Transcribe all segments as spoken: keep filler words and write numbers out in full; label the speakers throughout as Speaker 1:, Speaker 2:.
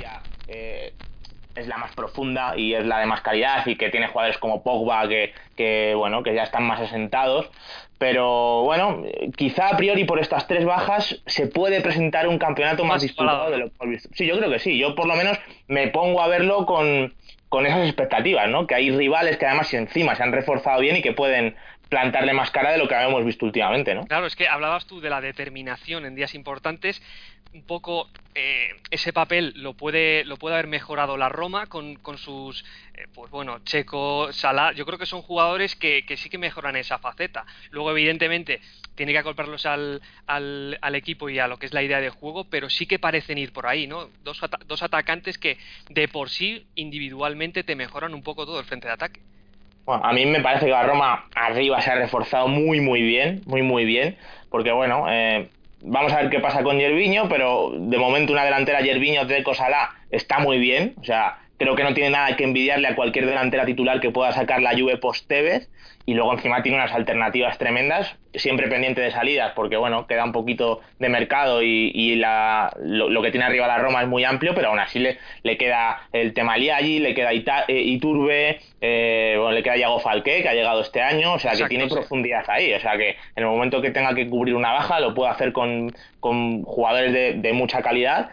Speaker 1: plantilla eh, es la más profunda y es la de más calidad y que tiene jugadores como Pogba que, que bueno, que ya están más asentados, pero bueno, quizá a priori por estas tres bajas se puede presentar un campeonato más
Speaker 2: Más igualado,
Speaker 1: disputado de
Speaker 2: ¿no?
Speaker 1: lo que hemos visto. Sí, yo creo que sí, yo por lo menos me pongo a verlo con, con esas expectativas, ¿no? Que hay rivales que además encima se han reforzado bien y que pueden plantarle más cara de lo que habíamos visto últimamente, ¿no?
Speaker 2: Claro, es que hablabas tú de la determinación en días importantes. Un poco eh, ese papel lo puede, lo puede haber mejorado la Roma con, con sus, eh, pues bueno, Checo, Salah. Yo creo que son jugadores que, que sí que mejoran esa faceta. Luego, evidentemente, tiene que acoplarlos al, al, al equipo y a lo que es la idea de juego, pero sí que parecen ir por ahí, ¿no? Dos, ata- dos atacantes que de por sí, individualmente, te mejoran un poco todo el frente de ataque.
Speaker 1: Bueno, a mí me parece que la Roma arriba se ha reforzado muy, muy bien, muy, muy bien, porque bueno, eh, vamos a ver qué pasa con Yerviño, pero de momento una delantera Yerviño, Deco, Salah está muy bien, o sea, creo que no tiene nada que envidiarle a cualquier delantera titular que pueda sacar la Juve post-Tevez, y luego encima tiene unas alternativas tremendas, siempre pendiente de salidas, porque bueno, queda un poquito de mercado y, y la, lo, lo, que tiene arriba la Roma es muy amplio, pero aún así le, le queda el tema Liaggi, le queda Ita, eh, Iturbe, eh, bueno, le queda Iago Falqué, que ha llegado este año, o sea que tiene
Speaker 2: Exacto, sí.
Speaker 1: profundidad ahí, o sea que en el momento que tenga que cubrir una baja lo puede hacer con, con jugadores de, de mucha calidad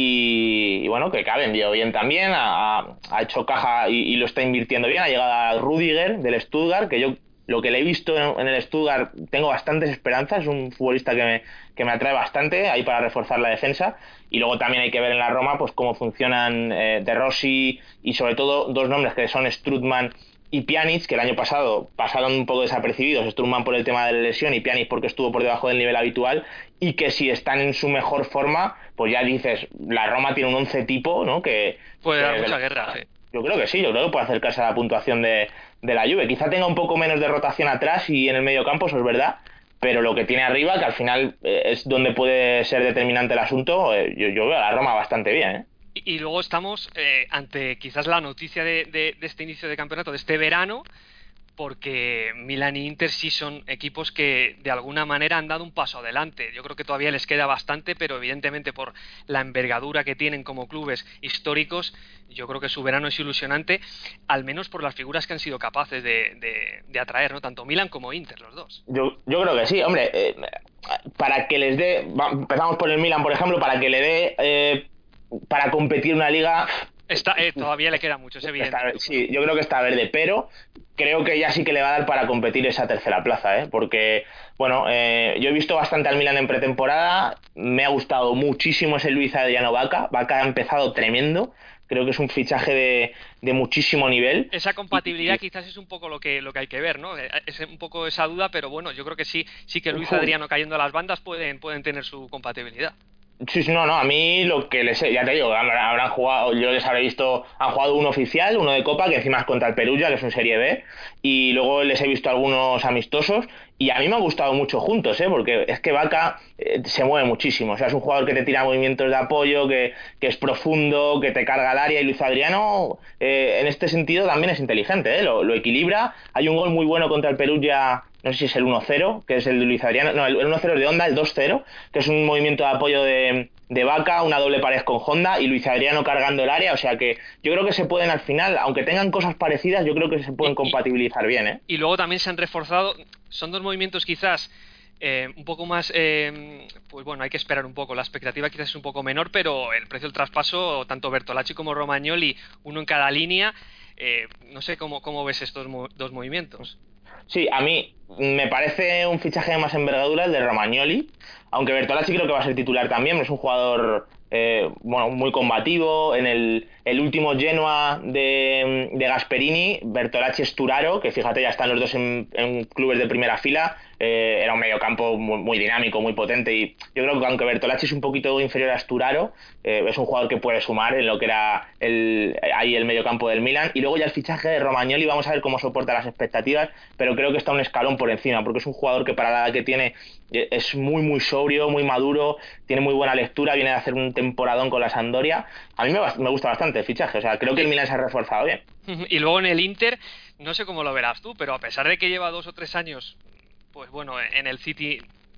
Speaker 1: y, y bueno, que ha vendido bien también, ha, ha hecho caja y, y lo está invirtiendo bien, ha llegado a Rudiger del Stuttgart, que yo lo que le he visto en, en el Stuttgart tengo bastantes esperanzas, es un futbolista que me, que me atrae bastante ahí para reforzar la defensa y luego también hay que ver en la Roma pues cómo funcionan eh, De Rossi y sobre todo dos nombres que son Strootman y Pjanic, que el año pasado pasaron un poco desapercibidos, Strootman por el tema de la lesión y Pjanic porque estuvo por debajo del nivel habitual y que si están en su mejor forma pues ya dices, la Roma tiene un once tipo, ¿no? Que,
Speaker 2: Puede
Speaker 1: que
Speaker 2: dar
Speaker 1: desde
Speaker 2: mucha
Speaker 1: lo-
Speaker 2: guerra, sí.
Speaker 1: yo creo que sí, yo creo que puede acercarse a la puntuación de, de la Juve. Quizá tenga un poco menos de rotación atrás y en el medio campo, eso es verdad, pero lo que tiene arriba, que al final eh, es donde puede ser determinante el asunto, eh, yo, yo veo a la Roma bastante bien, ¿eh?
Speaker 2: Y, y luego estamos eh, ante quizás la noticia de, de, de este inicio de campeonato, de este verano, porque Milan y Inter sí son equipos que de alguna manera han dado un paso adelante. Yo creo que todavía les queda bastante, pero evidentemente por la envergadura que tienen como clubes históricos, yo creo que su verano es ilusionante, al menos por las figuras que han sido capaces de, de, de atraer, ¿no? Tanto Milan como Inter, los dos.
Speaker 1: Yo, yo creo que sí, hombre, eh, para que les dé, va, empezamos por el Milan, por ejemplo, para que le dé eh, para competir una liga,
Speaker 2: Está, eh, todavía le queda mucho, es evidente,
Speaker 1: está,
Speaker 2: pero bueno.
Speaker 1: sí, yo creo que está verde, pero creo que ya sí que le va a dar para competir esa tercera plaza, ¿eh? Porque, bueno, eh, yo he visto bastante al Milan en pretemporada, me ha gustado muchísimo ese Luis Adriano Vaca, Vaca ha empezado tremendo, creo que es un fichaje de, de muchísimo nivel.
Speaker 2: Esa
Speaker 1: Y,
Speaker 2: compatibilidad
Speaker 1: y
Speaker 2: quizás es un poco lo que, lo que hay que ver, ¿no? Eh, Es un poco esa duda, pero bueno, yo creo que sí, sí que Luis
Speaker 1: uf,
Speaker 2: Adriano cayendo a las bandas pueden, pueden tener su compatibilidad.
Speaker 1: sí, sí, no, no, a mí lo que les he, ya te digo, habrán, habrán jugado, yo les habré visto, han jugado uno oficial, uno de Copa, que encima es contra el Perugia, que es un Serie B, y luego les he visto algunos amistosos, y a mí me han gustado mucho juntos, ¿eh? Porque es que Vaca eh, se mueve muchísimo, o sea, es un jugador que te tira movimientos de apoyo, que, que es profundo, que te carga el área, y Luis Adriano, eh, en este sentido, también es inteligente, ¿eh? Lo, lo equilibra, hay un gol muy bueno contra el Perugia, no sé si es el uno cero, que es el de Luis Adriano, no, el uno cero es de Honda, el dos cero, que es un movimiento de apoyo de, de Vaca, una doble pared con Honda y Luis Adriano cargando el área, o sea que yo creo que se pueden al final, aunque tengan cosas parecidas, yo creo que se
Speaker 2: Y,
Speaker 1: pueden
Speaker 2: y,
Speaker 1: compatibilizar bien, ¿eh?
Speaker 2: y luego también se han reforzado, son dos movimientos quizás eh, un poco más, eh, pues bueno, hay que esperar un poco, la expectativa quizás es un poco menor, pero el precio del traspaso, tanto Bertolacci como Romagnoli, uno en cada línea, eh, no sé cómo, cómo ves estos mo dos movimientos.
Speaker 1: Sí, a mí me parece un fichaje de más envergadura el de Romagnoli, aunque Bertolacci creo que va a ser titular también, es un jugador eh, bueno, muy combativo. En el, el último Genoa de, de Gasperini, Bertolacci es Turaro, que fíjate, ya están los dos en, en clubes de primera fila, eh, era un mediocampo muy, muy dinámico, muy potente, y yo creo que aunque Bertolacci es un poquito inferior a Sturaro, eh, es un jugador que puede sumar en lo que era el, ahí el mediocampo del Milan, y luego ya el fichaje de Romagnoli, vamos a ver cómo soporta las expectativas, pero creo que está un escalón por encima, porque es un jugador que para la edad que tiene eh, es muy, muy sobrio, muy maduro, tiene muy buena lectura, viene de hacer un temporadón con la Sampdoria. A mí me, me gusta bastante el fichaje, o sea, creo que el
Speaker 2: Y,
Speaker 1: Milan se ha reforzado bien.
Speaker 2: y luego en el Inter, no sé cómo lo verás tú, pero a pesar de que lleva dos o tres años, pues bueno, en el City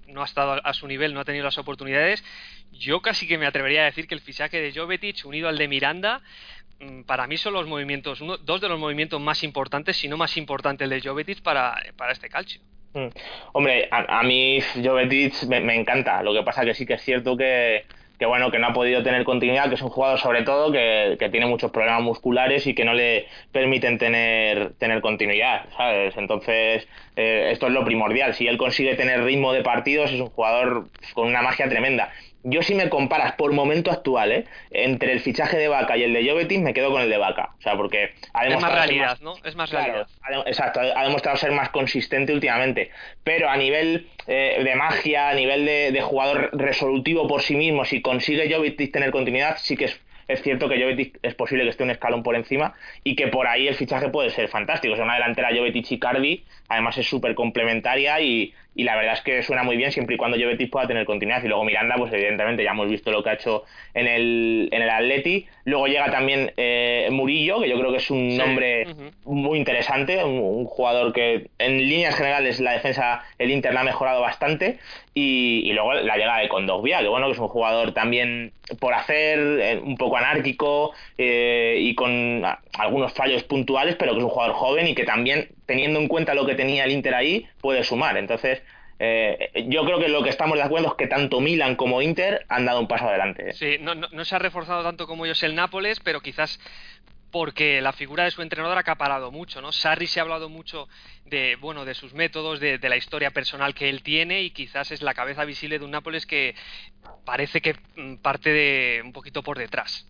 Speaker 2: no ha estado a su nivel, no ha tenido las oportunidades. Yo casi que me atrevería a decir que el fichaje de Jovetic unido al de Miranda, para mí son los movimientos, uno, dos de los movimientos más importantes, si no más importante el de Jovetic para, para este calcio.
Speaker 1: Mm. Hombre, a, a mí Jovetic me, me encanta. Lo que pasa que sí que es cierto que, que bueno, que no ha podido tener continuidad, que es un jugador sobre todo que, que tiene muchos problemas musculares y que no le permiten tener, tener continuidad, ¿sabes? Entonces, eh, esto es lo primordial. Si él consigue tener ritmo de partidos, es un jugador con una magia tremenda. Yo, si me comparas por momento actual, ¿eh? Entre el fichaje de Vaca y el de Jovetic, me quedo con el de Vaca. O sea, porque ha
Speaker 2: Es más
Speaker 1: demostrado ser
Speaker 2: realidad,
Speaker 1: más...
Speaker 2: ¿no? Es más
Speaker 1: Claro,
Speaker 2: realidad.
Speaker 1: ha de- exacto, ha demostrado ser más consistente últimamente, pero a nivel eh, de magia, a nivel de, de jugador resolutivo por sí mismo, si consigue Jovetic tener continuidad, sí que es, es cierto que Jovetic es posible que esté un escalón por encima y que por ahí el fichaje puede ser fantástico. O sea, una delantera Jovetic y Cardi, además es súper complementaria y, y la verdad es que suena muy bien siempre y cuando Jovetic pueda tener continuidad. Y luego Miranda, pues evidentemente ya hemos visto lo que ha hecho en el, en el Atleti. Luego llega también eh, Murillo, que yo creo que es un
Speaker 2: Sí.
Speaker 1: nombre
Speaker 2: Uh-huh.
Speaker 1: muy interesante, un, un jugador que en líneas generales la defensa, el Inter la ha mejorado bastante, y, y luego la llegada de Kondogbia, que bueno, que es un jugador también por hacer, eh, un poco anárquico eh, y con a, algunos fallos puntuales, pero que es un jugador joven y que también, teniendo en cuenta lo que tenía el Inter ahí, puede sumar. Entonces, eh, yo creo que lo que estamos de acuerdo es que tanto Milan como Inter han dado un paso adelante.
Speaker 2: Sí, no, no, no se ha reforzado tanto como ellos el Nápoles, pero quizás porque la figura de su entrenador ha acaparado mucho, ¿no? Sarri se ha hablado mucho de, bueno, de sus métodos, de, de la historia personal que él tiene, y quizás es la cabeza visible de un Nápoles que parece que parte de un poquito por detrás.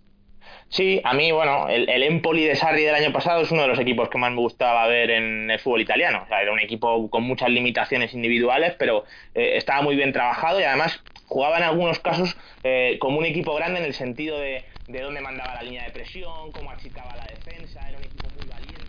Speaker 1: Sí, a mí, bueno, el, el Empoli de Sarri del año pasado es uno de los equipos que más me gustaba ver en el fútbol italiano. O sea, era un equipo con muchas limitaciones individuales, pero eh, estaba muy bien trabajado y además jugaba en algunos casos eh, como un equipo grande en el sentido de, de dónde mandaba la línea de presión, cómo achicaba la defensa, era un equipo muy valiente.